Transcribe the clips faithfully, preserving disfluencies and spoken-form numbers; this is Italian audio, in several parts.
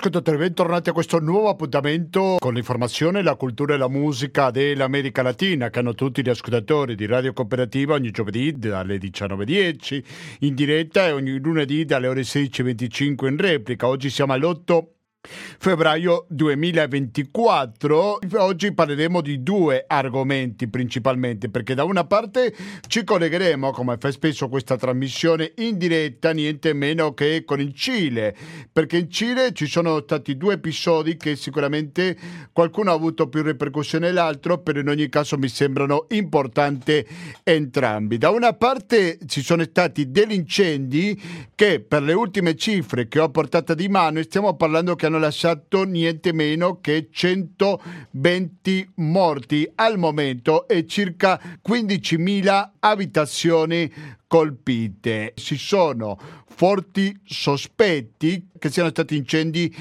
ascoltatori, bentornati a questo nuovo appuntamento con l'informazione, la cultura e la musica dell'America Latina che hanno tutti gli ascoltatori di Radio Cooperativa ogni giovedì dalle diciannove e dieci in diretta e ogni lunedì dalle ore sedici e venticinque in replica. Oggi siamo all'otto febbraio duemilaventiquattro. Oggi parleremo di due argomenti principalmente, perché da una parte ci collegheremo, come fa spesso questa trasmissione, in diretta niente meno che con il Cile, perché in Cile ci sono stati due episodi che sicuramente qualcuno ha avuto più ripercussione dell'altro, però in ogni caso mi sembrano importanti entrambi. Da una parte ci sono stati degli incendi che, per le ultime cifre che ho portato di mano, stiamo parlando che hanno lasciato niente meno che centoventi morti al momento e circa quindicimila abitazioni colpite. Ci sono forti sospetti che siano stati incendi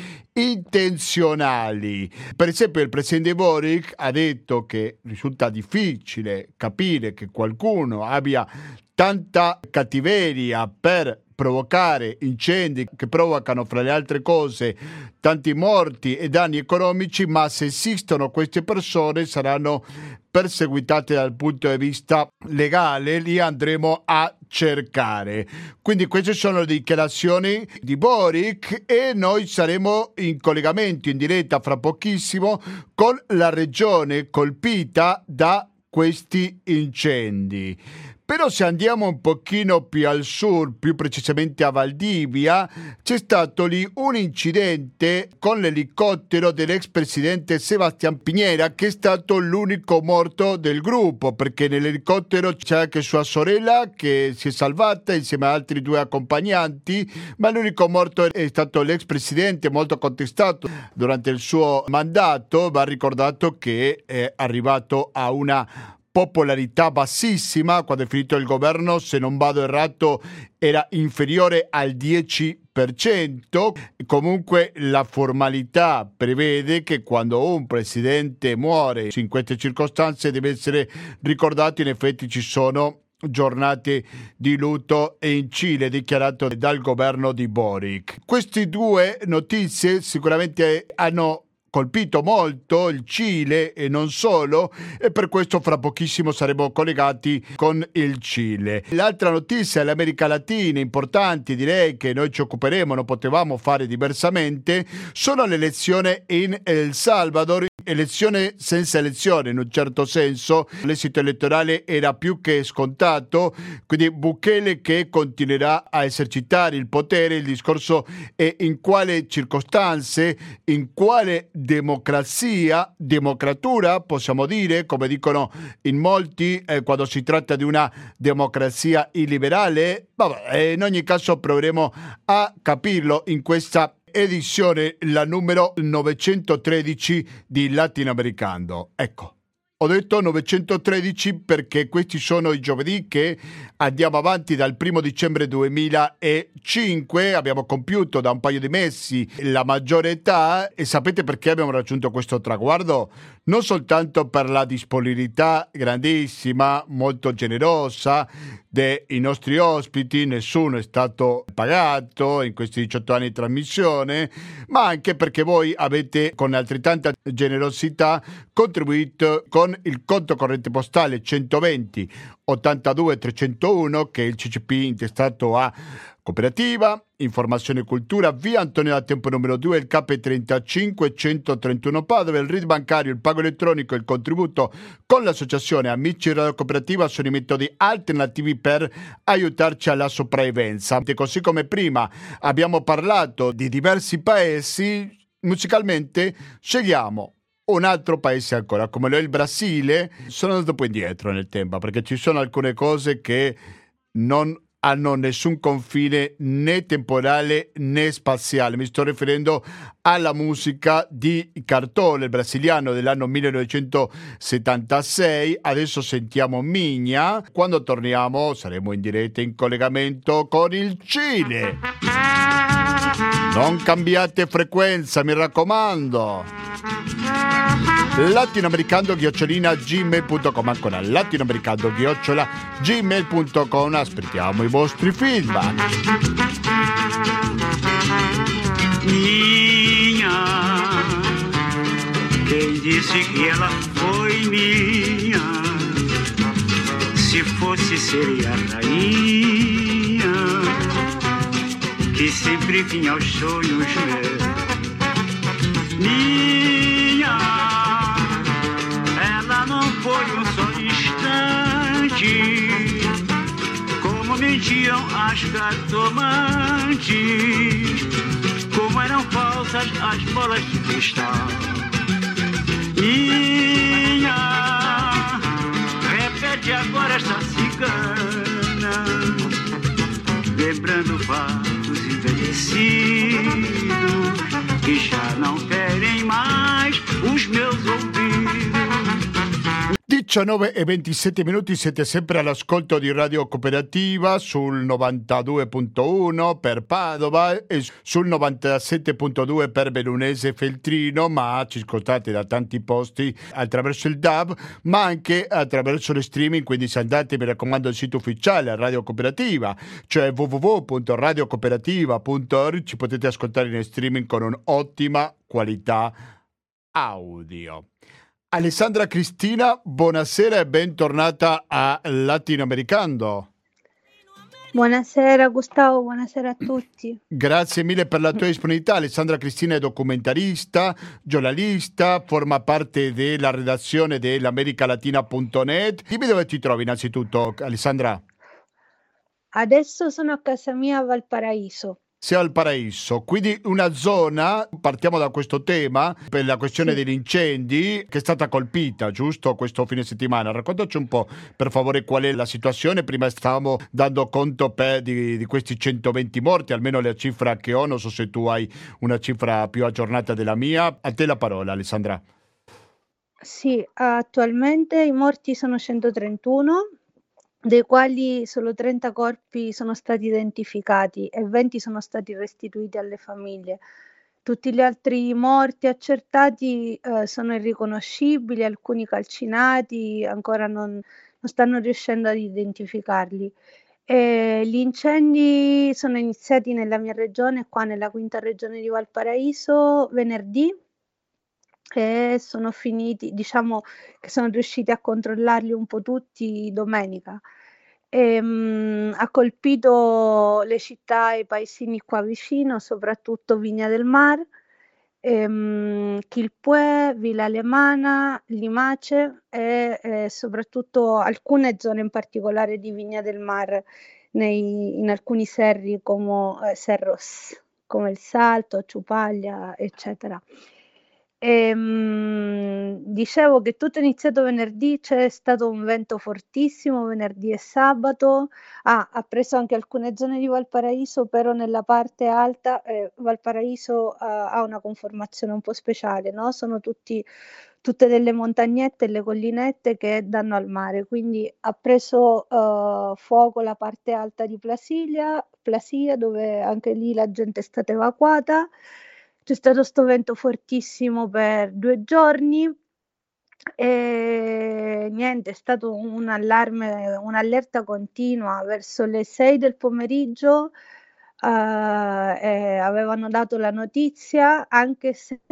intenzionali. Per esempio, il presidente Boric ha detto che risulta difficile capire che qualcuno abbia tanta cattiveria per provocare incendi che provocano, fra le altre cose, tanti morti e danni economici, ma se esistono queste persone saranno perseguitate dal punto di vista legale, li andremo a cercare. Quindi queste sono le dichiarazioni di Boric e noi saremo in collegamento in diretta fra pochissimo con la regione colpita da questi incendi. Però se andiamo un pochino più al sud, più precisamente a Valdivia, c'è stato lì un incidente con l'elicottero dell'ex presidente Sebastián Piñera, che è stato l'unico morto del gruppo, perché nell'elicottero c'è anche sua sorella che si è salvata insieme a altri due accompagnanti, ma l'unico morto è stato l'ex presidente, molto contestato durante il suo mandato. Va ricordato che è arrivato a una popolarità bassissima quando è finito il governo, se non vado errato era inferiore al dieci per cento. Comunque la formalità prevede che quando un presidente muore in queste circostanze deve essere ricordato. In effetti ci sono giornate di lutto e in Cile dichiarato dal governo di Boric. Queste due notizie sicuramente hanno colpito molto il Cile e non solo, e per questo fra pochissimo saremo collegati con il Cile. L'altra notizia dell'America Latina, importanti, direi che noi ci occuperemo, non potevamo fare diversamente, sono le elezioni in El Salvador. Elezione senza elezione, in un certo senso l'esito elettorale era più che scontato, quindi Bukele che continuerà a esercitare il potere. Il discorso è in quale circostanze, in quale democrazia, democratura possiamo dire, come dicono in molti eh, quando si tratta di una democrazia illiberale. Vabbè, in ogni caso proveremo a capirlo in questa edizione, la numero novecentotredici di Latinoamericano. Ecco, ho detto novecentotredici perché questi sono i giovedì che andiamo avanti dal primo dicembre duemilacinque. Abbiamo compiuto da un paio di mesi la maggiore età e sapete perché abbiamo raggiunto questo traguardo? Non soltanto per la disponibilità grandissima, molto generosa dei nostri ospiti, nessuno è stato pagato in questi diciotto anni di trasmissione, ma anche perché voi avete con altrettanta generosità contribuito con il conto corrente postale centoventi ottantadue trecentouno, che è il C C P intestato a Cooperativa, Informazione e Cultura, via Antonio da Tempo numero due, il K trentacinque centotrentuno Padova, il R I D bancario, il pago elettronico e il contributo con l'associazione Amici Radio Cooperativa sono i metodi alternativi per aiutarci alla sopravvivenza. Così come prima abbiamo parlato di diversi paesi, musicalmente scegliamo un altro paese ancora, come lo è il Brasile. Sono andato poi indietro nel tempo, perché ci sono alcune cose che non hanno nessun confine né temporale né spaziale. Mi sto riferendo alla musica di Cartola, il brasiliano dell'anno millenovecentosettantasei. Adesso sentiamo Migna. Quando torniamo saremo in diretta in collegamento con il Cile. Non cambiate frequenza, mi raccomando. latinoamericano chiocciolina gmail punto com, ancora latinoamericano chiocciola gmail punto com. Aspettiamo i vostri feedback. disse que ela foi minha, se fosse seria a rainha, que sempre vinha aos sonhos meus. Minha, ela não foi um só instante, como mentiam as cartomantes, como eram falsas as bolas de cristal. Minha, repete agora esta cigana, lembrando fatos envelhecidos que já não ferem mais os meus ouvidos. diciannove e ventisette minuti, siete sempre all'ascolto di Radio Cooperativa sul novantadue virgola uno per Padova e sul novantasette virgola due per Bellunese e Feltrino, ma ci ascoltate da tanti posti attraverso il D A B, ma anche attraverso le streaming, quindi se andate, mi raccomando, al sito ufficiale Radio Cooperativa, cioè w w w punto radio cooperativa punto org, ci potete ascoltare in streaming con un'ottima qualità audio. Alessandra Cristina, buonasera e bentornata a Latinoamericano. Buonasera Gustavo, buonasera a tutti. Grazie mille per la tua disponibilità. Alessandra Cristina è documentarista, giornalista, forma parte della redazione dell'americalatina punto net. Dimmi dove ti trovi innanzitutto, Alessandra. Adesso sono a casa mia a Valparaíso. Sei al Paraíso, quindi una zona, partiamo da questo tema, per la questione sì. degli incendi, che è stata colpita, giusto, questo fine settimana. Raccontaci un po', per favore, qual è la situazione. Prima stavamo dando conto per, di, di questi centoventi morti, almeno la cifra che ho, non so se tu hai una cifra più aggiornata della mia. A te la parola, Alessandra. Sì, attualmente i morti sono centotrentuno, dei quali solo trenta corpi sono stati identificati e venti sono stati restituiti alle famiglie. Tutti gli altri morti accertati eh, sono irriconoscibili, alcuni calcinati, ancora non, non stanno riuscendo ad identificarli. E gli incendi sono iniziati nella mia regione, qua nella quinta regione di Valparaíso, venerdì, e sono finiti, diciamo che sono riusciti a controllarli un po' tutti domenica. E, mh, ha colpito le città e i paesini qua vicino, soprattutto Vigna del Mar, e, mh, Quilpué, Villa Alemana, Limace e, e soprattutto alcune zone in particolare di Vigna del Mar, nei, in alcuni serri come eh, Cerros, come il Salto, Ciupaglia, eccetera. E, mh, dicevo che tutto è iniziato venerdì, c'è stato un vento fortissimo venerdì e sabato. Ah, ha preso anche alcune zone di Valparaíso, però nella parte alta eh, Valparaíso uh, ha una conformazione un po' speciale, no? Sono tutti, tutte delle montagnette e le collinette che danno al mare, quindi ha preso uh, fuoco la parte alta di Plasia, Plasia, dove anche lì la gente è stata evacuata. C'è stato sto vento fortissimo per due giorni e niente, è stato un allarme, un'allerta continua verso le sei del pomeriggio. Uh, e avevano dato la notizia, anche se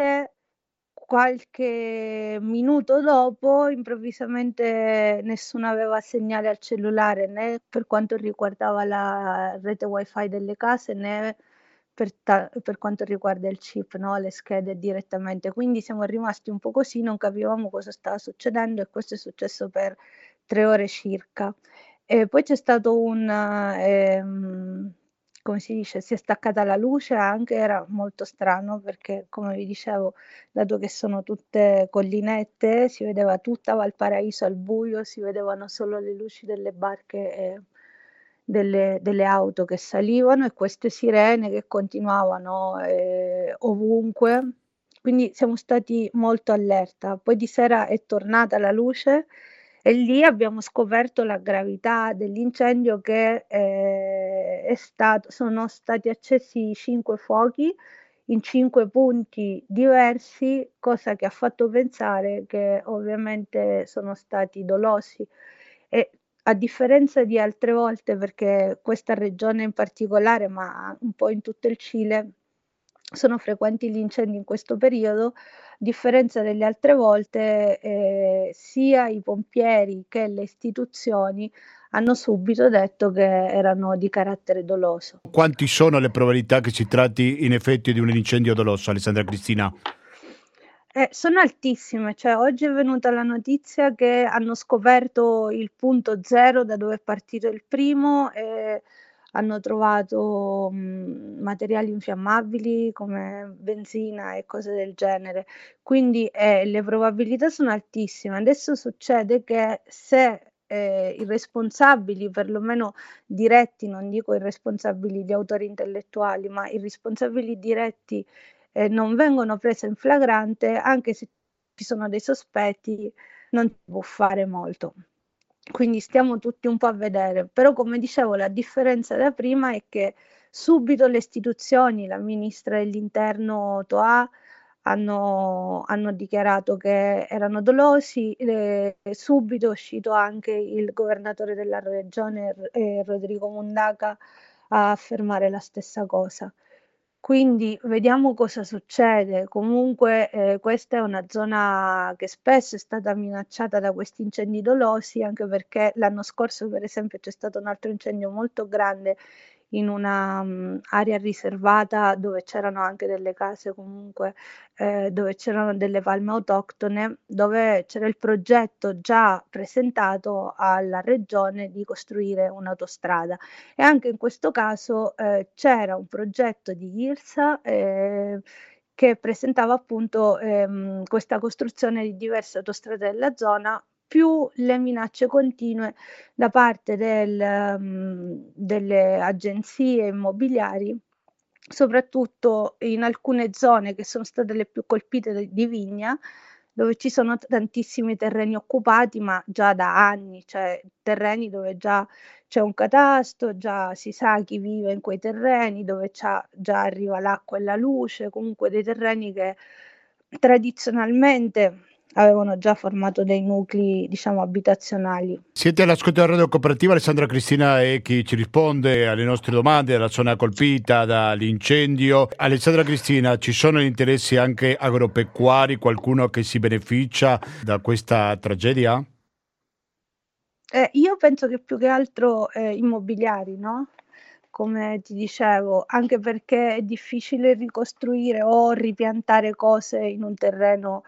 qualche minuto dopo improvvisamente nessuno aveva segnale al cellulare, né per quanto riguardava la rete wifi delle case, né Per, ta- per quanto riguarda il chip, no? Le schede direttamente, quindi siamo rimasti un po' così, non capivamo cosa stava succedendo e questo è successo per tre ore circa. E poi c'è stato un ehm, come si dice, si è staccata la luce, anche era molto strano perché, come vi dicevo, dato che sono tutte collinette, si vedeva tutta Valparaíso al buio, si vedevano solo le luci delle barche e Delle, delle auto che salivano e queste sirene che continuavano eh, ovunque, quindi siamo stati molto allerta. Poi di sera è tornata la luce e lì abbiamo scoperto la gravità dell'incendio, che eh, è stato, sono stati accesi cinque fuochi in cinque punti diversi, cosa che ha fatto pensare che ovviamente sono stati dolosi. E a differenza di altre volte, perché questa regione in particolare, ma un po' in tutto il Cile, sono frequenti gli incendi in questo periodo, differenza delle altre volte, ehm, sia i pompieri che le istituzioni hanno subito detto che erano di carattere doloso. Quanti sono le probabilità che si tratti in effetti di un incendio doloso, Alessandra Cristina? Eh, sono altissime, cioè oggi è venuta la notizia che hanno scoperto il punto zero da dove è partito il primo e hanno trovato, mhmm, materiali infiammabili come benzina e cose del genere. Quindi, eh, le probabilità sono altissime. Adesso succede che se, ehm, i responsabili, perlomeno diretti, non dico i responsabili, gli autori intellettuali, ma i responsabili diretti ehm, non vengono prese in flagrante, anche se ci sono dei sospetti, non si può fare molto. Quindi stiamo tutti un po' a vedere, però come dicevo la differenza da prima è che subito le istituzioni, la ministra dell'interno Toà, hanno hanno dichiarato che erano dolosi, ehm, subito è uscito anche il governatore della regione R ehm, Rodrigo Mundaca a affermare la stessa cosa. Quindi vediamo cosa succede. Comunque, ehm, questa è una zona che spesso è stata minacciata da questi incendi dolosi, anche perché l'anno scorso, per esempio, c'è stato un altro incendio molto grande in una, mhmm, area riservata dove c'erano anche delle case comunque, ehm, dove c'erano delle palme autoctone, dove c'era il progetto già presentato alla regione di costruire un'autostrada. E anche in questo caso, ehm, c'era un progetto di IRSA, ehm, che presentava appunto, ehm, questa costruzione di diverse autostrade della zona, più le minacce continue da parte del mhmm, delle agenzie immobiliari, soprattutto in alcune zone che sono state le più colpite de di Vigna, dove ci sono t tantissimi terreni occupati, ma già da anni, cioè terreni dove già c'è un catasto, già si sa chi vive in quei terreni, dove c'ha già arriva l'acqua e la luce, comunque dei terreni che tradizionalmente avevano già formato dei nuclei, diciamo, abitazionali. Siete all'ascolto della Radio Cooperativa, Alessandra Cristina è chi ci risponde alle nostre domande della zona colpita dall'incendio. Alessandra Cristina, ci sono interessi anche agropecuari, qualcuno che si beneficia da questa tragedia? Eh, io penso che più che altro, ehm, immobiliari, no, come ti dicevo, anche perché è difficile ricostruire o ripiantare cose in un terreno,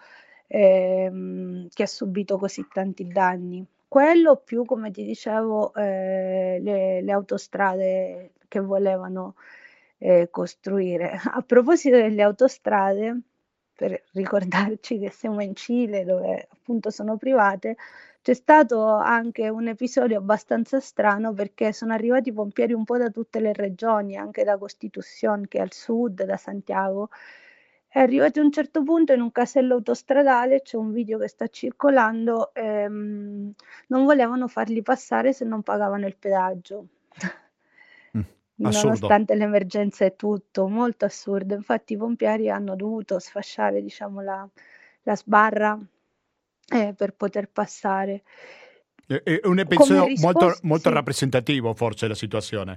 ehm, che ha subito così tanti danni. Quello più, come ti dicevo, ehm, le le autostrade che volevano, ehm, costruire. A proposito delle autostrade, per ricordarci che siamo in Cile dove appunto sono private, c'è stato anche un episodio abbastanza strano perché sono arrivati i pompieri un po' da tutte le regioni, anche da Constitución che è al sud, da Santiago. E arrivati a un certo punto in un casello autostradale, c'è un video che sta circolando, ehm, non volevano farli passare se non pagavano il pedaggio. Mm, assurdo. Nonostante l'emergenza e tutto, molto assurdo. Infatti i pompieri hanno dovuto sfasciare, diciamo, la la sbarra, ehm, per poter passare. È è un Come episodio molto, risposta molto sì. rappresentativo forse della situazione.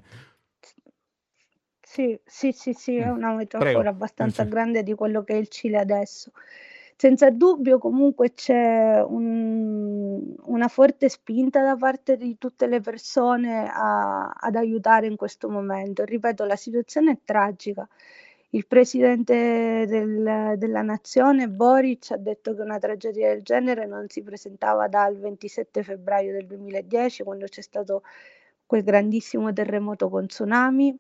Sì, sì, sì, sì, è Mm, una metafora prego. Eh, abbastanza sì. grande di quello che è il Cile adesso. Senza dubbio comunque c'è un una forte spinta da parte di tutte le persone a ad aiutare in questo momento. Ripeto, la situazione è tragica. Il presidente del della nazione Boric ha detto che una tragedia del genere non si presentava dal ventisette febbraio del duemiladieci, quando c'è stato quel grandissimo terremoto con tsunami.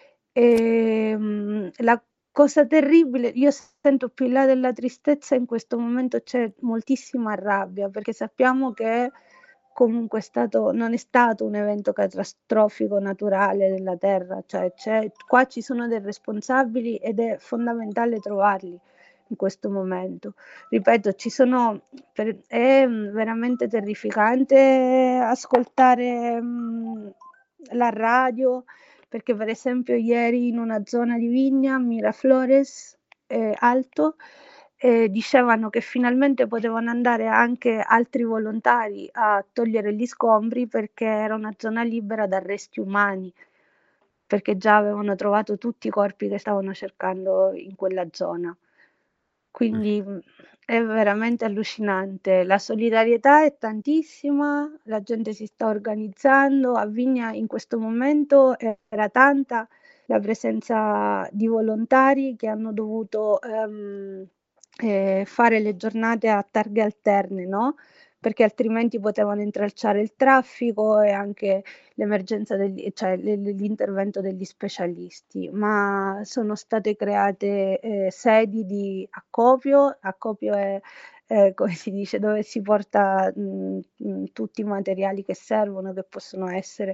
Ehm, la cosa terribile, io sento più in là della tristezza, in questo momento c'è moltissima rabbia, perché sappiamo che comunque è stato non è stato un evento catastrofico naturale della terra, cioè c'è qua ci sono dei responsabili ed è fondamentale trovarli in questo momento. Ripeto, ci sono per è, mhmm, veramente terrificante ascoltare, mhmm, la radio, perché per esempio ieri in una zona di Vigna, Miraflores, ehm, Alto, ehm, dicevano che finalmente potevano andare anche altri volontari a togliere gli scombri perché era una zona libera da resti umani, perché già avevano trovato tutti i corpi che stavano cercando in quella zona. Quindi mh, è veramente allucinante. La solidarietà è tantissima, la gente si sta organizzando. A Vigna in questo momento era tanta la presenza di volontari che hanno dovuto ehm, eh, fare le giornate a targhe alterne, no? Perché altrimenti potevano intralciare il traffico e anche l'emergenza degli, cioè l- l- l'intervento degli specialisti, ma sono state create eh, sedi di accopio. Accopio è eh, come si dice, dove si porta mh, mh, tutti i materiali che servono, che possono essere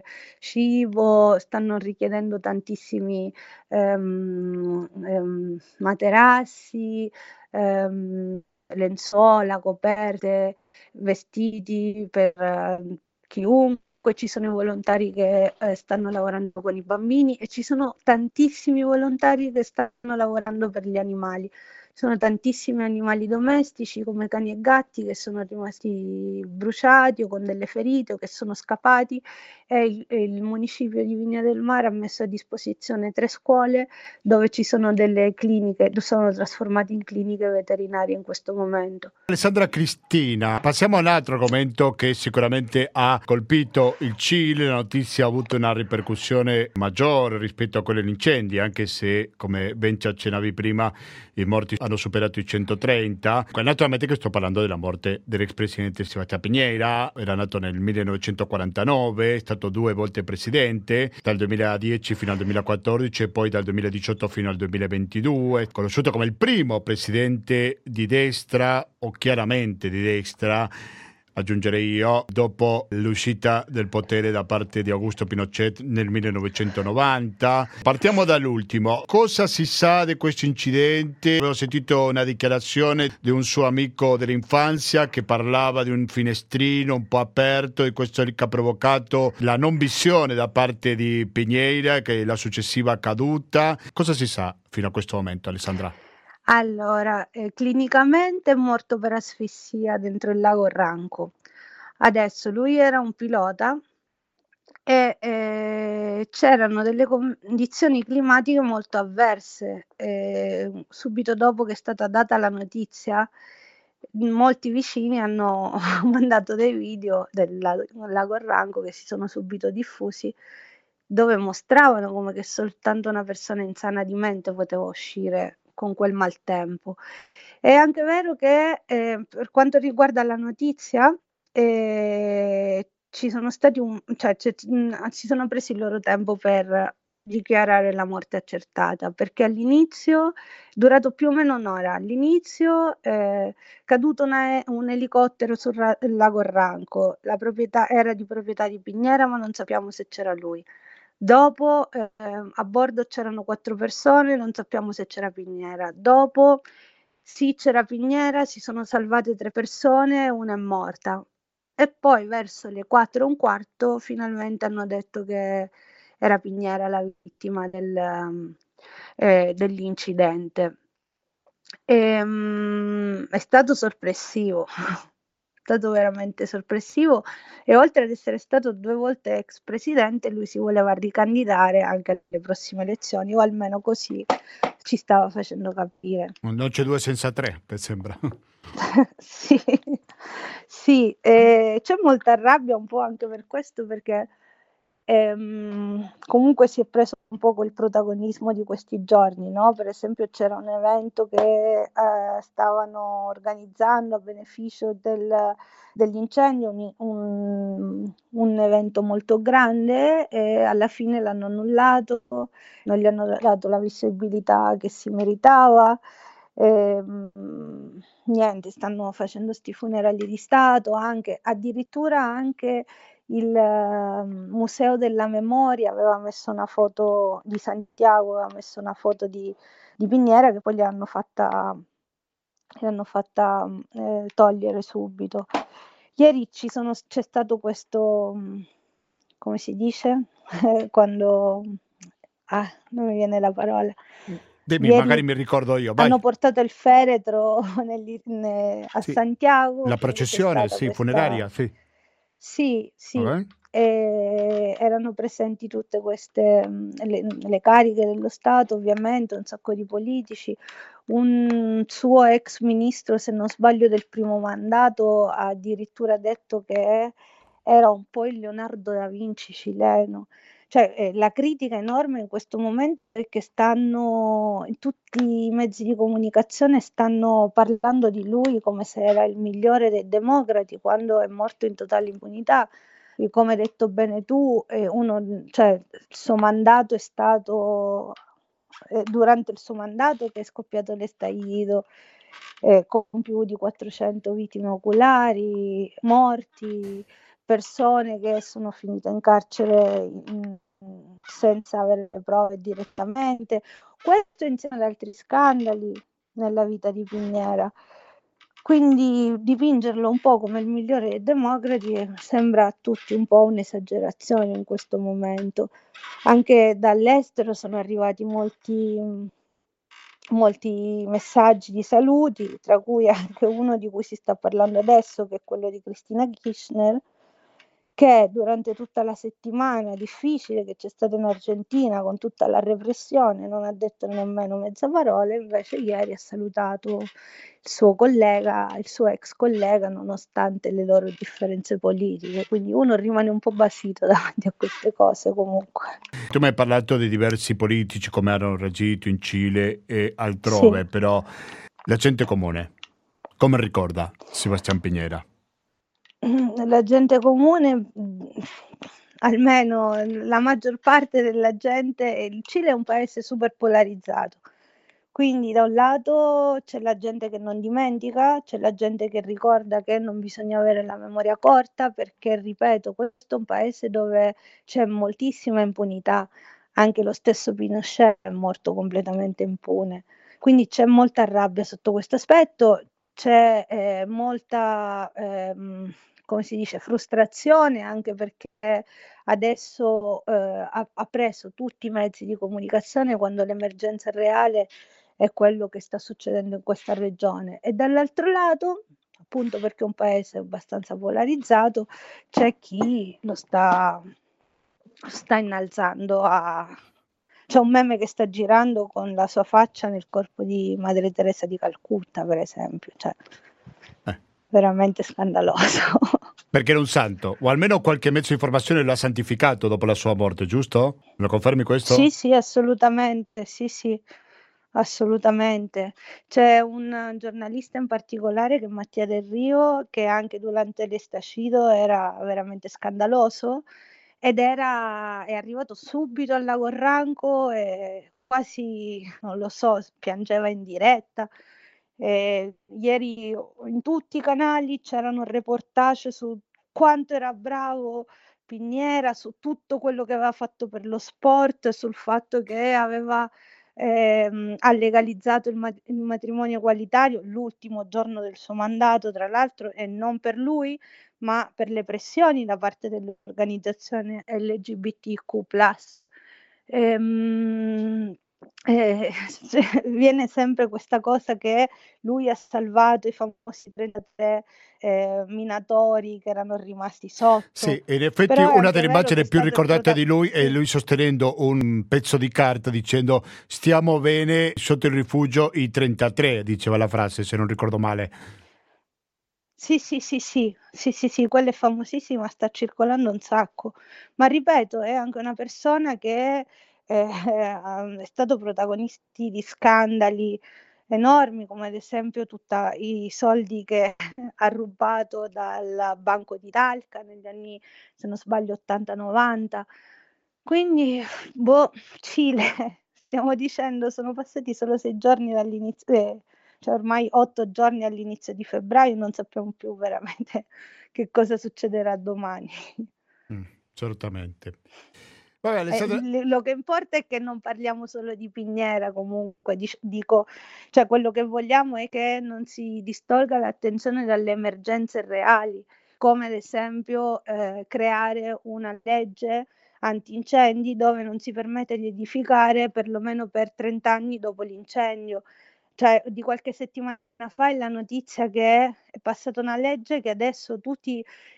cibo, stanno richiedendo tantissimi ehm, ehm, materassi, ehm, lenzuola, coperte, vestiti per eh, chiunque. Ci sono i volontari che eh, stanno lavorando con i bambini e ci sono tantissimi volontari che stanno lavorando per gli animali. Sono tantissimi animali domestici come cani e gatti che sono rimasti bruciati o con delle ferite o che sono scappati, e il, e il municipio di Vigna del Mare ha messo a disposizione tre scuole dove ci sono delle cliniche, sono trasformate in cliniche veterinarie in questo momento. Alessandra Cristina, passiamo a un altro argomento che sicuramente ha colpito il Cile. La notizia ha avuto una ripercussione maggiore rispetto a quella degli incendi, anche se, come ben ci accennavi prima, i morti hanno superato i centotrenta. Naturalmente che sto parlando della morte dell'ex presidente Sebastián Piñera. Era nato nel millenovecentoquarantanove, è stato due volte presidente, dal duemiladieci fino al duemilaquattordici e poi dal duemiladiciotto fino al duemilaventidue, conosciuto come il primo presidente di destra o chiaramente di destra, aggiungerei io, dopo l'uscita del potere da parte di Augusto Pinochet nel millenovecentonovanta. Partiamo dall'ultimo. Cosa si sa di questo incidente? Avevo sentito una dichiarazione di un suo amico dell'infanzia che parlava di un finestrino un po' aperto e questo che ha provocato la non visione da parte di Piñera, che è la successiva caduta. Cosa si sa fino a questo momento, Alessandra? Allora, eh, clinicamente è morto per asfissia dentro il lago Ranco. Adesso lui era un pilota e eh, c'erano delle condizioni climatiche molto avverse. Eh, subito dopo che è stata data la notizia, molti vicini hanno mandato dei video del lago, lago Ranco che si sono subito diffusi, dove mostravano come che soltanto una persona insana di mente poteva uscire con quel maltempo. È anche vero che eh, per quanto riguarda la notizia, eh, ci sono stati un, cioè, cioè, mh, si sono presi il loro tempo per dichiarare la morte accertata, perché all'inizio, durato più o meno un'ora, all'inizio è eh, caduto una, un elicottero sul ra- lago Ranco, la proprietà era di proprietà di Piñera, ma non sappiamo se c'era lui. Dopo eh, a bordo c'erano quattro persone, non sappiamo se c'era Piñera. Dopo sì, c'era Piñera, si sono salvate tre persone, una è morta. E poi verso le quattro e un quarto finalmente hanno detto che era Piñera la vittima del, eh, dell'incidente. E, um, è stato sorpresivo. È stato veramente sorpresivo e oltre ad essere stato due volte ex presidente, lui si voleva ricandidare anche alle prossime elezioni, o almeno così ci stava facendo capire. Non c'è due senza tre, per sembra. Sì, sì, eh, c'è molta rabbia un po' anche per questo, perché ehm, comunque si è preso un po' il protagonismo di questi giorni, no? Per esempio c'era un evento che eh, stavano organizzando a beneficio del, dell'incendio, un, un, un evento molto grande, e alla fine l'hanno annullato, non gli hanno dato la visibilità che si meritava. Eh, niente, stanno facendo sti funerali di Stato, anche addirittura anche il uh, Museo della Memoria aveva messo una foto di Santiago, aveva messo una foto di, di Piñera che poi gli hanno fatta, gli hanno fatta eh, togliere subito. Ieri ci sono, c'è stato questo, come si dice, quando, ah, non mi viene la parola. Dimmi, Ieri magari mi ricordo io. Vai. hanno portato il feretro negli, ne, a Sì. Santiago. La C'è processione, stata sì, questa... funeraria, sì. Sì, sì. Okay. e erano presenti tutte queste mh, le, le cariche dello Stato, ovviamente, un sacco di politici. Un suo ex ministro, se non sbaglio, del primo mandato ha addirittura detto che era un po' il Leonardo da Vinci cileno. Cioè, eh, la critica enorme in questo momento è che stanno, in tutti i mezzi di comunicazione stanno parlando di lui come se era il migliore dei democrati, quando è morto in totale impunità. E come hai detto bene tu, eh, uno, cioè, il suo mandato è stato, eh, durante il suo mandato che è scoppiato l'estallido, eh, con più di quattrocento vittime oculari, morti, persone che sono finite in carcere in, senza avere le prove direttamente. Questo insieme ad altri scandali nella vita di Pignera. Quindi dipingerlo un po' come il migliore dei democrati sembra a tutti un po' un'esagerazione in questo momento. Anche dall'estero sono arrivati molti, molti messaggi di saluti, tra cui anche uno di cui si sta parlando adesso, che è quello di Cristina Kirchner, che durante tutta la settimana difficile che c'è stata in Argentina con tutta la repressione non ha detto nemmeno mezza parola, invece ieri ha salutato il suo collega, il suo ex collega, nonostante le loro differenze politiche. Quindi uno rimane un po' basito davanti a queste cose comunque. Tu mi hai parlato di diversi politici, come hanno reagito in Cile e altrove, sì. Però la gente comune, come ricorda Sebastián Piñera? La gente comune, almeno la maggior parte della gente, il Cile è un paese super polarizzato, quindi da un lato c'è la gente che non dimentica, c'è la gente che ricorda che non bisogna avere la memoria corta, perché ripeto, questo è un paese dove c'è moltissima impunità, anche lo stesso Pinochet è morto completamente impune, quindi c'è molta rabbia sotto questo aspetto, c'è eh, molta ehm, come si dice, frustrazione, anche perché adesso eh, ha, ha preso tutti i mezzi di comunicazione quando l'emergenza reale è quello che sta succedendo in questa regione. E dall'altro lato, appunto perché è un paese abbastanza polarizzato, c'è chi lo sta, sta innalzando a... C'è un meme che sta girando con la sua faccia nel corpo di Madre Teresa di Calcutta, per esempio, cioè eh. veramente scandaloso. Perché era un santo, o almeno qualche mezzo di informazione lo ha santificato dopo la sua morte, giusto? Me lo confermi questo? Sì, sì, assolutamente, sì, sì, assolutamente. C'è un giornalista in particolare che è Mattia Del Rio, che anche durante l'estascido era veramente scandaloso ed era, è arrivato subito al Lago Ranco e quasi, non lo so, piangeva in diretta. Eh, ieri in tutti i canali c'erano reportage su quanto era bravo Pignera, su tutto quello che aveva fatto per lo sport, sul fatto che aveva ehm, ha legalizzato il, mat- il matrimonio egualitario l'ultimo giorno del suo mandato, tra l'altro, e non per lui, ma per le pressioni da parte dell'organizzazione L G B T Q plus. Ehm, eh, viene sempre questa cosa che lui ha salvato i famosi trentatré eh, minatori che erano rimasti sotto. Sì, in effetti una delle immagini più ricordate prota- di lui è lui sostenendo un pezzo di carta dicendo stiamo bene sotto il rifugio i trentatré, diceva la frase, se non ricordo male. Sì, sì, sì, sì, sì, sì, sì, quella è famosissima, sta circolando un sacco, ma ripeto, è anche una persona che eh, è stato protagonista di scandali enormi, come ad esempio tutti i soldi che ha rubato dal Banco di Talca negli anni, se non sbaglio, ottanta novanta. Quindi, boh, Cile, stiamo dicendo, sono passati solo sei giorni dall'inizio, eh, cioè ormai otto giorni all'inizio di febbraio, non sappiamo più veramente che cosa succederà domani. Mm, certamente. Vabbè, Alessandra... eh, lo che importa è che non parliamo solo di Pignera, comunque dico, cioè quello che vogliamo è che non si distolga l'attenzione dalle emergenze reali, come ad esempio eh, creare una legge antincendi dove non si permette di edificare perlomeno per trenta anni dopo l'incendio. Cioè, di qualche settimana fa è la notizia che è passata una legge che adesso tutti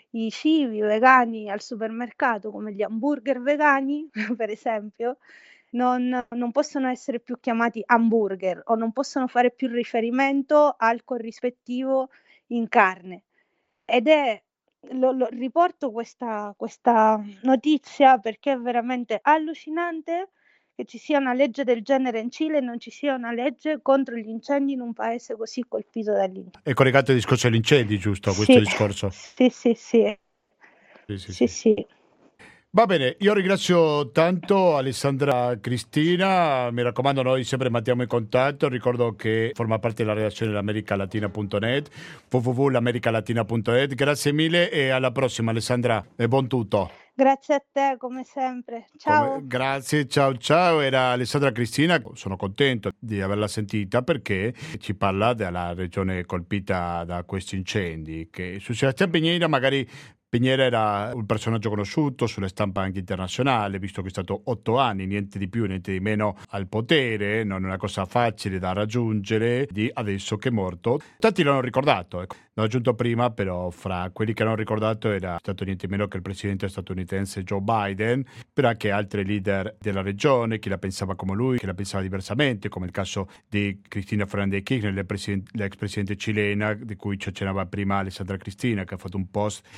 i cibi vegani al supermercato, come gli hamburger vegani, per esempio, non, non possono essere più chiamati hamburger o non possono fare più riferimento al corrispettivo in carne. Ed è, lo, lo- riporto questa, questa notizia perché è veramente allucinante che ci sia una legge del genere in Cile e non ci sia una legge contro gli incendi in un paese così colpito dall'incendio. È collegato al discorso degli incendi, giusto? Questo Sì, discorso. sì, sì, sì, Sì, sì, sì, sì. sì. Va bene, io ringrazio tanto Alessandra Cristina, mi raccomando, noi sempre mantiamo in contatto, ricordo che forma parte della redazione dell'americalatina punto net, w w w punto l'americalatina punto net. Grazie mille e alla prossima Alessandra, e buon tutto. Grazie a te come sempre. Come- Ciao. grazie, ciao ciao, era Alessandra Cristina, sono contento di averla sentita perché ci parla della regione colpita da questi incendi, che su Sebastián Piñera magari Piñera era un personaggio conosciuto sulle stampa anche internazionale, visto che è stato otto anni, niente di più, niente di meno al potere, non è una cosa facile da raggiungere, di adesso che è morto. Tanti l'hanno ricordato, ecco. L'ho aggiunto prima, però fra quelli che hanno ricordato era stato niente meno che il presidente statunitense Joe Biden, però anche altri leader della regione, chi la pensava come lui, chi la pensava diversamente, come il caso di Cristina Fernández de Kirchner, l'ex presidente cilena, di cui ci accennava prima Alessandra Cristina, che ha fatto un post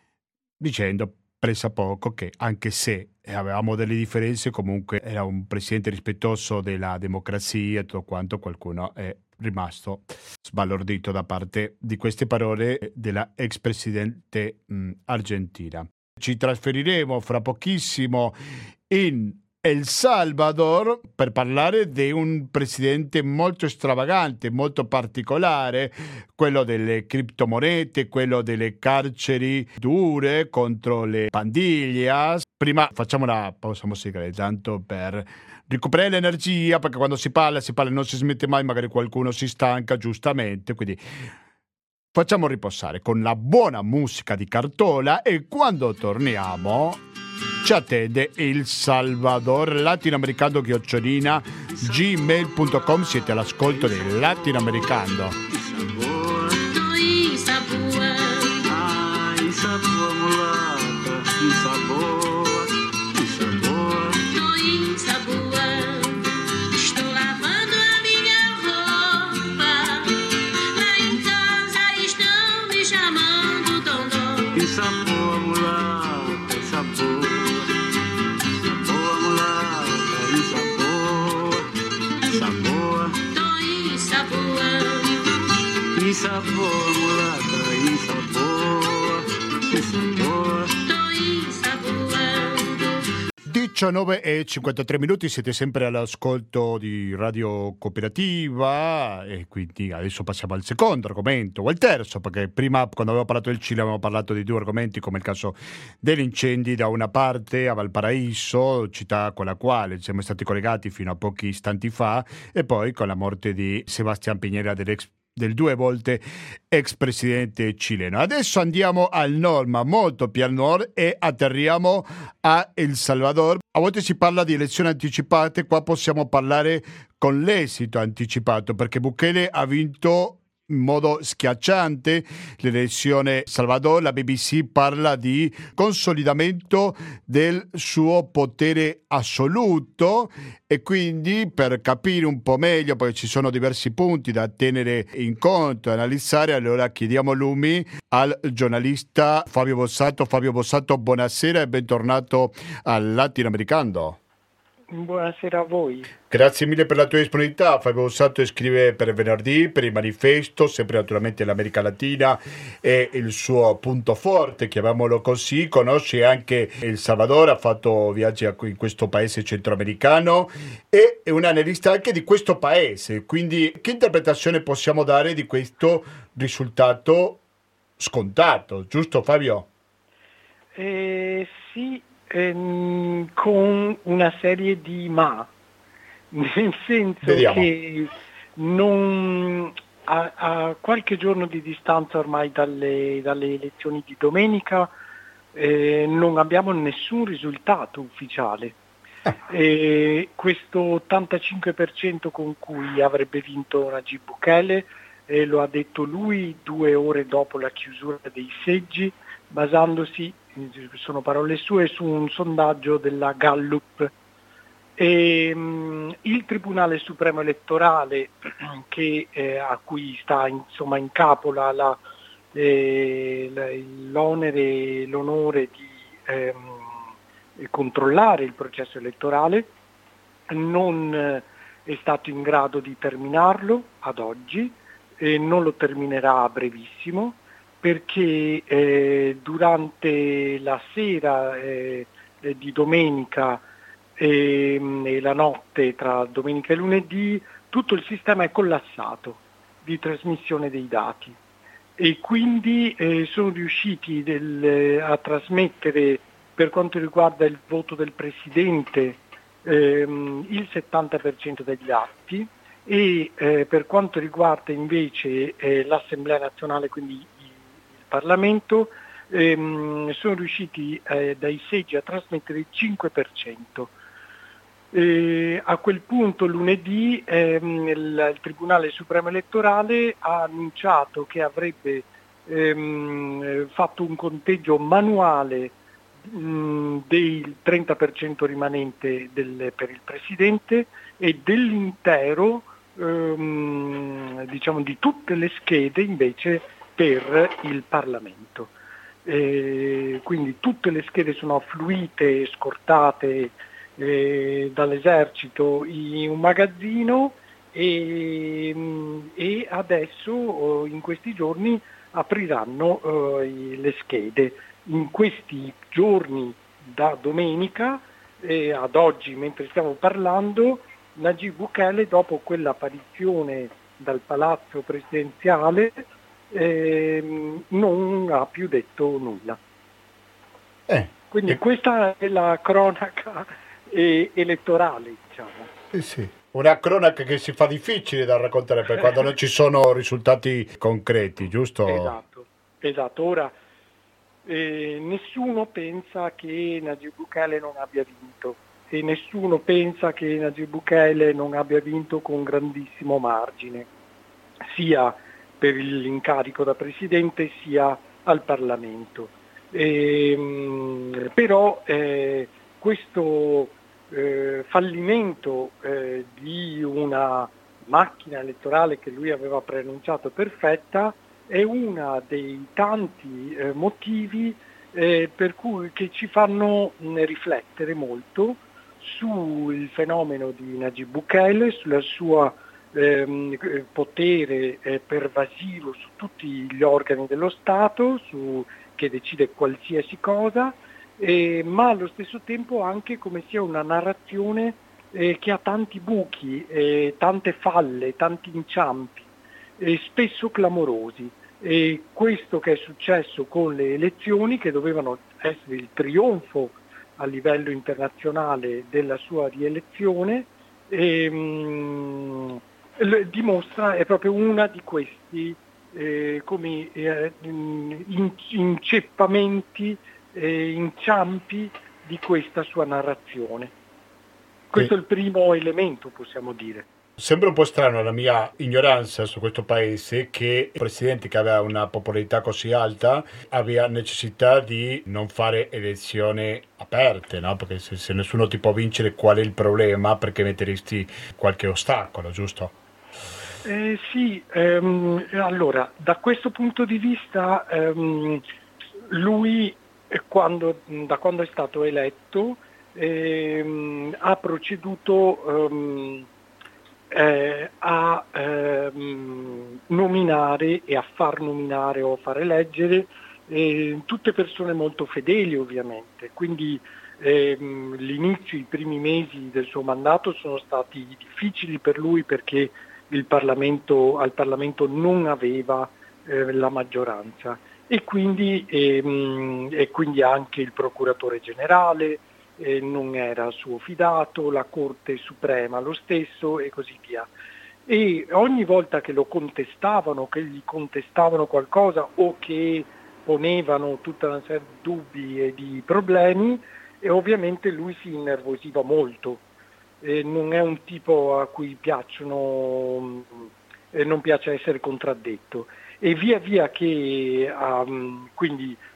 dicendo pressa poco che anche se avevamo delle differenze comunque era un presidente rispettoso della democrazia e tutto quanto, qualcuno è rimasto sbalordito da parte di queste parole della ex presidente mh, argentina. Ci trasferiremo fra pochissimo in El Salvador per parlare di un presidente molto stravagante, molto particolare, quello delle criptomonete, quello delle carceri dure contro le pandillas. Prima facciamo una pausa musicale, tanto per recuperare l'energia, perché quando si parla, si parla e non si smette mai, magari qualcuno si stanca, giustamente, quindi facciamo riposare con la buona musica di Cartola e quando torniamo ci attende il Salvador latinoamericano chiocciolina gmail punto com. Siete all'ascolto del latinoamericano. Sabor, mulata, e sabor, e sabor, diciannove e cinquantatré minuti, siete sempre all'ascolto di Radio Cooperativa e quindi adesso passiamo al secondo argomento, o al terzo, perché prima quando avevo parlato del Cile avevamo parlato di due argomenti come il caso degli incendi da una parte a Valparaíso, città con la quale siamo stati collegati fino a pochi istanti fa, e poi con la morte di Sebastián Piñera, dell'ex del due volte ex presidente cileno. Adesso andiamo al nord, ma molto più al nord, e atterriamo a El Salvador. A volte si parla di elezioni anticipate, qua possiamo parlare con l'esito anticipato, perché Bukele ha vinto in modo schiacciante l'elezione Salvador. La B B C parla di consolidamento del suo potere assoluto e quindi per capire un po' meglio, perché ci sono diversi punti da tenere in conto e analizzare, allora chiediamo lumi al giornalista Fabio Bossato. Fabio Bossato, buonasera e bentornato al Latinoamericano. Buonasera a voi. Grazie mille per la tua disponibilità. Fabio Bossato scrive per Venerdì, per il Manifesto, sempre naturalmente l'America Latina è il suo punto forte, chiamiamolo così. Conosce anche El Salvador, ha fatto viaggi in questo paese centroamericano e è un analista anche di questo paese. Quindi che interpretazione possiamo dare di questo risultato scontato, giusto Fabio? Eh, sì, ehm, con una serie di ma, nel senso Vediamo. che non, a, a qualche giorno di distanza ormai dalle, dalle elezioni di domenica eh, non abbiamo nessun risultato ufficiale. Eh, questo ottantacinque per cento con cui avrebbe vinto Nayib Bukele, eh, lo ha detto lui due ore dopo la chiusura dei seggi, basandosi, sono parole sue, su un sondaggio della Gallup. E, mh, il Tribunale Supremo Elettorale, che, eh, a cui sta insomma in capo la, la, eh, l'onere, l'onore di ehm, controllare il processo elettorale, non eh, è stato in grado di terminarlo ad oggi, e non lo terminerà a brevissimo, perché eh, durante la sera eh, di domenica e, e la notte tra domenica e lunedì tutto il sistema è collassato di trasmissione dei dati, e quindi eh, sono riusciti del, a trasmettere, per quanto riguarda il voto del Presidente, ehm, il settanta per cento degli atti, e eh, per quanto riguarda invece eh, l'Assemblea nazionale, quindi il, il Parlamento, ehm, sono riusciti eh, dai seggi a trasmettere il cinque per cento. E a quel punto lunedì ehm, il, il Tribunale Supremo Elettorale ha annunciato che avrebbe ehm, fatto un conteggio manuale mh, del trenta per cento rimanente del, per il Presidente, e dell'intero ehm, diciamo di tutte le schede invece per il Parlamento. E quindi tutte le schede sono affluite, scortate Eh, dall'esercito in un magazzino, e, e adesso in questi giorni apriranno eh, le schede. In questi giorni da domenica eh, ad oggi, mentre stiamo parlando, Najib Bukele, dopo quell'apparizione dal palazzo presidenziale, eh, non ha più detto nulla. Eh, Quindi eh. questa è la cronaca E elettorale, diciamo. Eh sì. Una cronaca che si fa difficile da raccontare per quando non ci sono risultati concreti, giusto? Esatto, esatto. Ora eh, nessuno pensa che Najib Bukele non abbia vinto, e nessuno pensa che Najib Bukele non abbia vinto con grandissimo margine, sia per l'incarico da Presidente sia al Parlamento. E, mh, però eh, questo Eh, fallimento eh, di una macchina elettorale che lui aveva preannunciato perfetta è uno dei tanti eh, motivi eh, per cui che ci fanno mh, riflettere molto sul fenomeno di Najib Bukele, sul suo ehm, potere eh, pervasivo su tutti gli organi dello Stato, su, che decide qualsiasi cosa. Eh, ma allo stesso tempo anche come sia una narrazione eh, che ha tanti buchi, eh, tante falle, tanti inciampi, eh, spesso clamorosi. E questo che è successo con le elezioni, che dovevano essere il trionfo a livello internazionale della sua rielezione, ehm, dimostra, è proprio una di questi eh, come eh, inceppamenti, Eh, inciampi di questa sua narrazione. Questo Sì. è il primo elemento, possiamo dire. Sembra un po' strano la mia ignoranza su questo paese che il presidente, che aveva una popolarità così alta, abbia necessità di non fare elezioni aperte, no? Perché se, se nessuno ti può vincere, qual è il problema? Perché metteresti qualche ostacolo, giusto? Eh, sì, ehm, allora, da questo punto di vista ehm, lui Quando, da quando è stato eletto ehm, ha proceduto ehm, eh, a ehm, nominare e a far nominare o a far eleggere eh, tutte persone molto fedeli, ovviamente. Quindi ehm, l'inizio, i primi mesi del suo mandato sono stati difficili per lui, perché il Parlamento, al Parlamento non aveva eh, la maggioranza. E quindi, ehm, e quindi anche il procuratore generale eh, non era suo fidato, la Corte Suprema lo stesso, e così via. E ogni volta che lo contestavano, che gli contestavano qualcosa o che ponevano tutta una serie di dubbi e di problemi, e ovviamente lui si innervosiva molto. E non è un tipo a cui piacciono, eh, non piace essere contraddetto. E via via che um, quindi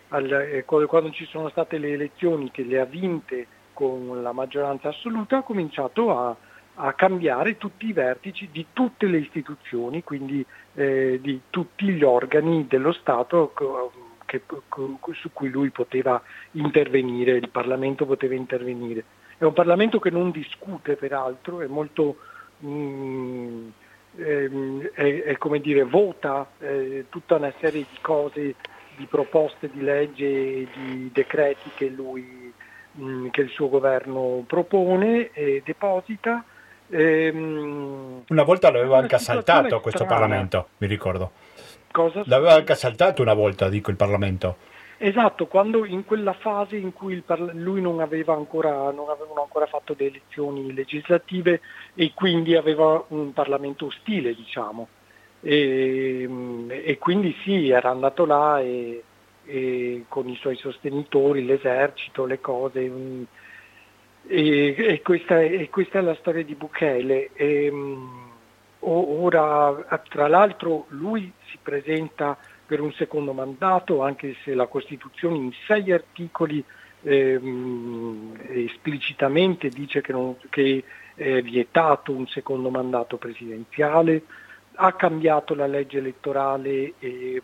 al, eh, quando ci sono state le elezioni che le ha vinte con la maggioranza assoluta, ha cominciato a, a cambiare tutti i vertici di tutte le istituzioni, quindi eh, di tutti gli organi dello Stato che, su cui lui poteva intervenire, il Parlamento poteva intervenire. È un Parlamento che non discute, peraltro, è molto mh, ehm, è, è come dire, vota eh, tutta una serie di cose, di proposte di legge e di decreti che lui mh, che il suo governo propone e deposita. Ehm, una volta l'aveva anche assaltato questo strana. Parlamento, mi ricordo. Cosa? L'aveva anche assaltato una volta, dico, il Parlamento. Esatto, quando in quella fase in cui il parla- lui non aveva ancora, non avevano ancora fatto le elezioni legislative e quindi aveva un Parlamento ostile, diciamo. E, e quindi sì, era andato là e, e con i suoi sostenitori, l'esercito, le cose. E, e, questa, e questa è la storia di Bukele. E, ora, tra l'altro, lui si presenta per un secondo mandato, anche se la Costituzione in sei articoli ehm, esplicitamente dice che, non, che è vietato un secondo mandato presidenziale, ha cambiato la legge elettorale e,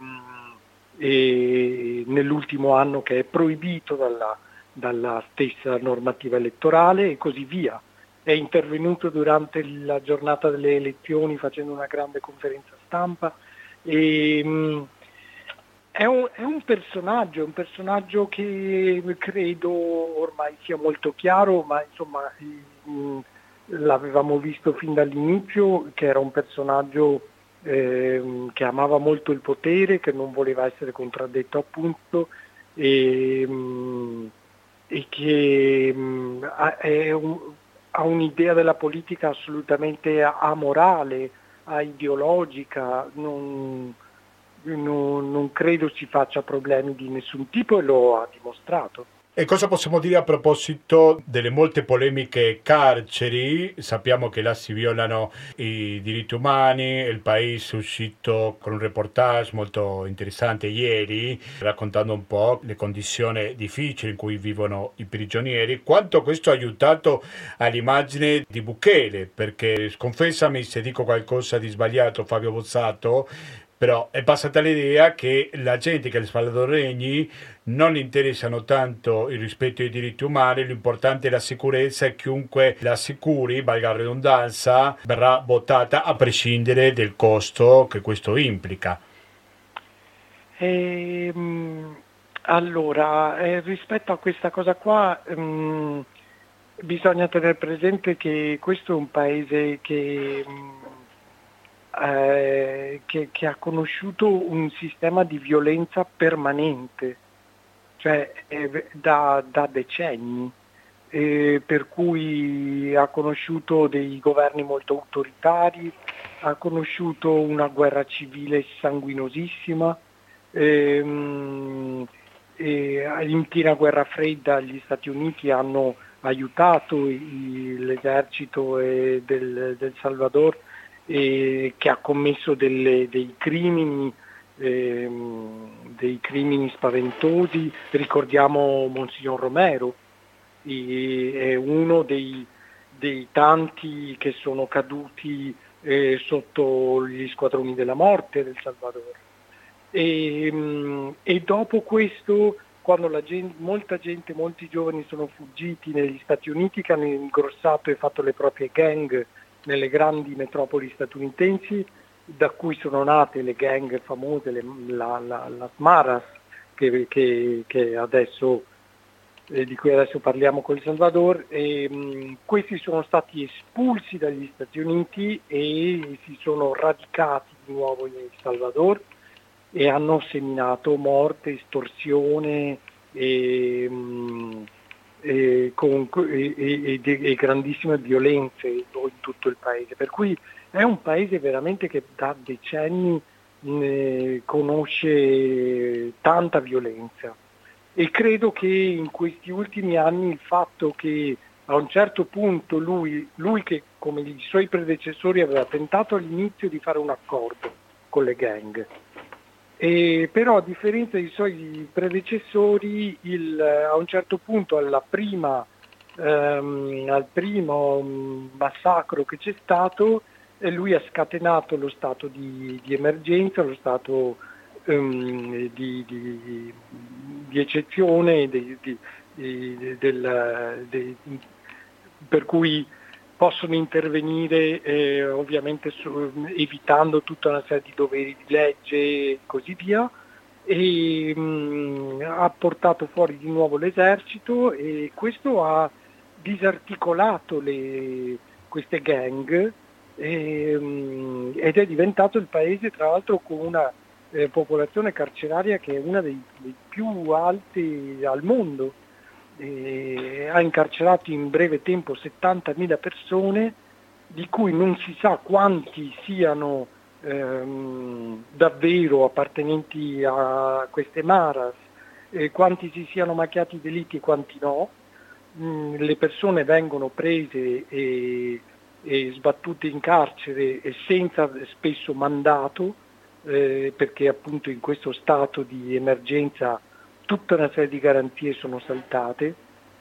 e nell'ultimo anno che è proibito dalla, dalla stessa normativa elettorale e così via. È intervenuto durante la giornata delle elezioni facendo una grande conferenza stampa e È un, è un personaggio, un personaggio che credo ormai sia molto chiaro, ma insomma mh, l'avevamo visto fin dall'inizio, che era un personaggio eh, che amava molto il potere, che non voleva essere contraddetto appunto e, mh, e che mh, ha, è un, ha un'idea della politica assolutamente amorale, aideologica, non... Non, non credo si faccia problemi di nessun tipo e lo ha dimostrato. E cosa possiamo dire a proposito delle molte polemiche carceri? Sappiamo che là si violano i diritti umani, il Paese è uscito con un reportage molto interessante ieri, raccontando un po' le condizioni difficili in cui vivono i prigionieri. Quanto questo ha aiutato all'immagine di Bukele? Perché, sconfessami se dico qualcosa di sbagliato, Fabio Bozzato, però è passata l'idea che la gente, che gli salvadoregni non interessano tanto il rispetto ai diritti umani, l'importante è la sicurezza e chiunque la assicuri, valga la redundanza, verrà votata a prescindere del costo che questo implica. Ehm, allora, eh, rispetto a questa cosa qua, ehm, bisogna tenere presente che questo è un paese che... Ehm, Eh, che, che ha conosciuto un sistema di violenza permanente, cioè eh, da, da decenni, eh, per cui ha conosciuto dei governi molto autoritari, ha conosciuto una guerra civile sanguinosissima, ehm, e in piena guerra fredda gli Stati Uniti hanno aiutato i, l'esercito e del, del Salvador, Eh, che ha commesso delle, dei crimini ehm, dei crimini spaventosi. Ricordiamo Monsignor Romero, e, è uno dei, dei tanti che sono caduti eh, sotto gli squadroni della morte del Salvador. E, mh, e dopo questo, quando la gente, molta gente, molti giovani sono fuggiti negli Stati Uniti, che hanno ingrossato e fatto le proprie gang nelle grandi metropoli statunitensi, da cui sono nate le gang famose, le, la, la, la Maras, che, che, che adesso, eh, di cui adesso parliamo con il Salvador, e, mh, questi sono stati espulsi dagli Stati Uniti e si sono radicati di nuovo in El Salvador e hanno seminato morte, estorsione e... Mh, E, con, e, e, e grandissime violenze in tutto il paese, per cui è un paese veramente che da decenni eh, conosce tanta violenza e credo che in questi ultimi anni il fatto che a un certo punto lui, lui che come i suoi predecessori aveva tentato all'inizio di fare un accordo con le gang E però a differenza dei suoi predecessori, il, a un certo punto alla prima, ehm, al primo massacro che c'è stato, eh, lui ha scatenato lo stato di, di emergenza, lo stato ehm, di, di, di eccezione, di, di, di, del, di, per cui possono intervenire eh, ovviamente su, evitando tutta una serie di doveri di legge e così via, e mh, ha portato fuori di nuovo l'esercito, e questo ha disarticolato le, queste gang, e, mh, ed è diventato il paese tra l'altro con una eh, popolazione carceraria che è una dei, dei più alti al mondo. E ha incarcerato in breve tempo settantamila persone, di cui non si sa quanti siano ehm, davvero appartenenti a queste maras, eh, quanti si siano macchiati di delitti e quanti no. Mm, le persone vengono prese e, e sbattute in carcere e senza spesso mandato, eh, perché appunto in questo stato di emergenza tutta una serie di garanzie sono saltate,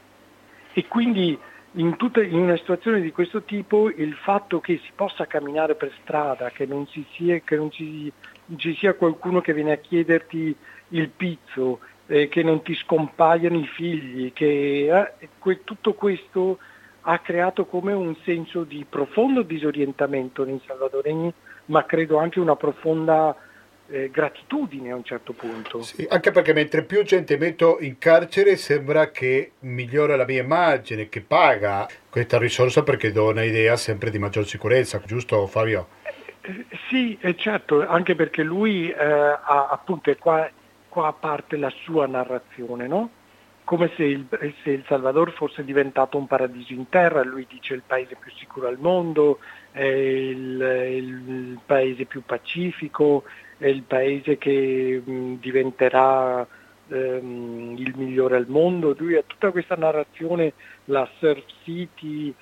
e quindi in, tutta, in una situazione di questo tipo il fatto che si possa camminare per strada, che non, si sia, che non ci, ci sia qualcuno che viene a chiederti il pizzo, eh, che non ti scompaiano i figli, che eh, que, tutto questo ha creato come un senso di profondo disorientamento nei salvadoregni, ma credo anche una profonda Eh, gratitudine a un certo punto. Sì, anche perché mentre più gente metto in carcere sembra che migliora la mia immagine, che paga questa risorsa perché do un'idea sempre di maggior sicurezza, giusto Fabio? Eh, sì, eh, certo, anche perché lui eh, ha appunto qua, qua parte la sua narrazione, no? Come se il, se il Salvador fosse diventato un paradiso in terra. Lui dice il paese più sicuro al mondo, è il, il paese più pacifico, è il paese che mh, diventerà ehm, il migliore al mondo. Lui ha tutta questa narrazione, la Surf City,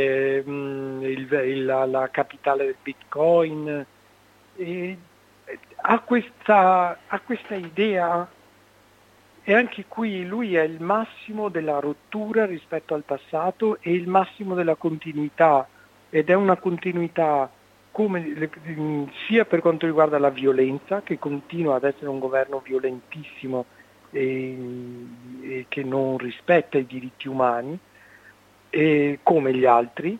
ehm, il, il, la, la capitale del Bitcoin, e ha questa, ha questa idea, e anche qui lui è il massimo della rottura rispetto al passato e il massimo della continuità, ed è una continuità come le, sia per quanto riguarda la violenza, che continua ad essere un governo violentissimo e, e che non rispetta i diritti umani, e, come gli altri,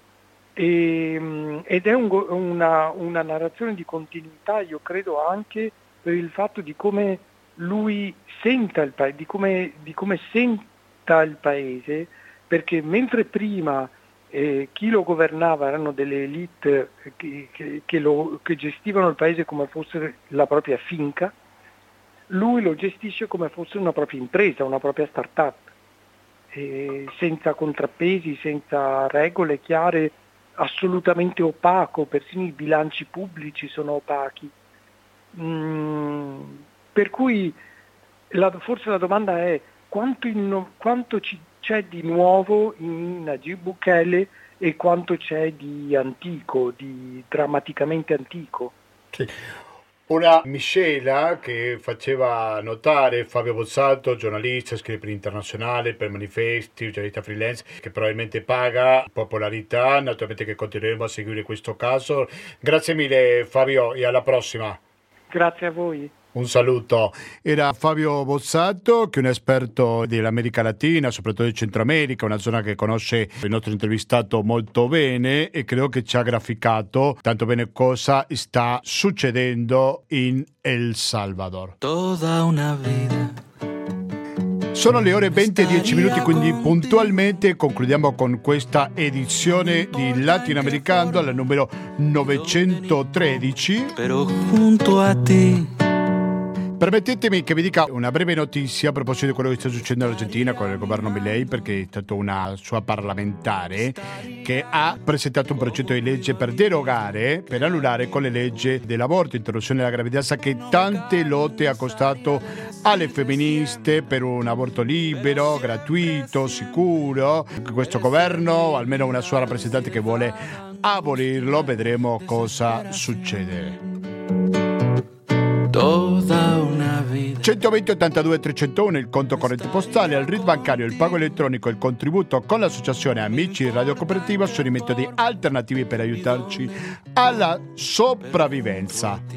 e, ed è un, una, una narrazione di continuità, io credo, anche per il fatto di come lui senta il paese, di come, di come senta il paese, perché mentre prima Eh, chi lo governava erano delle elite che, che, che, lo, che gestivano il paese come fosse la propria finca, lui lo gestisce come fosse una propria impresa, una propria start-up, eh, senza contrappesi, senza regole chiare, assolutamente opaco, persino i bilanci pubblici sono opachi. Mm, per cui la, forse la domanda è quanto, inno, quanto ci c'è di nuovo in Nayib Bukele e quanto c'è di antico, di drammaticamente antico. Sì. Una miscela che faceva notare Fabio Bozzato, giornalista, scrive per Internazionale, per Manifesti, giornalista freelance, che probabilmente paga popolarità. Naturalmente che continueremo a seguire questo caso. Grazie mille Fabio e alla prossima. Grazie a voi. Un saluto. Era Fabio Bozzato, che è un esperto dell'America Latina, soprattutto del Centro America, una zona che conosce il nostro intervistato molto bene, e credo che ci ha graficato tanto bene cosa sta succedendo in El Salvador. Toda una vida. Sono le ore venti e dieci minuti, quindi puntualmente concludiamo con questa edizione di Latinoamericano, la numero novecentotredici. Pero junto a ti. Permettetemi che vi dica una breve notizia a proposito di quello che sta succedendo in Argentina con il governo Milei, perché è stata una sua parlamentare che ha presentato un progetto di legge per derogare, per annullare con le leggi dell'aborto, interruzione della gravidanza, che tante lotte ha costato alle femministe per un aborto libero, gratuito, sicuro. Questo governo, o almeno una sua rappresentante, che vuole abolirlo. Vedremo cosa succede. toda una vida. centoventi ottantadue trecentouno il conto corrente postale, il R I D bancario, il pago elettronico, il contributo con l'associazione Amici Radio Cooperativa sono i metodi alternativi per aiutarci alla sopravvivenza.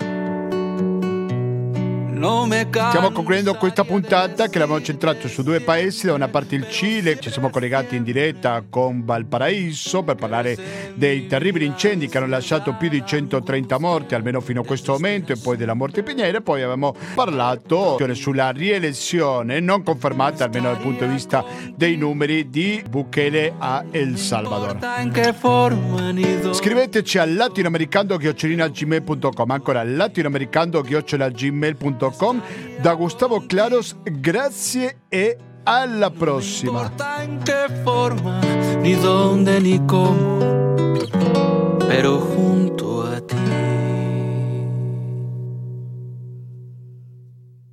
Stiamo concludendo questa puntata che l'abbiamo centrato su due paesi, da una parte il Cile, ci siamo collegati in diretta con Valparaíso per parlare dei terribili incendi che hanno lasciato più di centotrenta morti, almeno fino a questo momento, e poi della morte Piñera. Poi abbiamo parlato sulla rielezione non confermata, almeno dal punto di vista dei numeri, di Bukele a El Salvador. Scriveteci a latinoamericano chiocciola gmail punto com, ancora latinoamericano chiocciola gmail punto com. Da Gustavo Claros, grazie e alla prossima. No importa en qué forma, ni dónde, ni cómo, pero juntos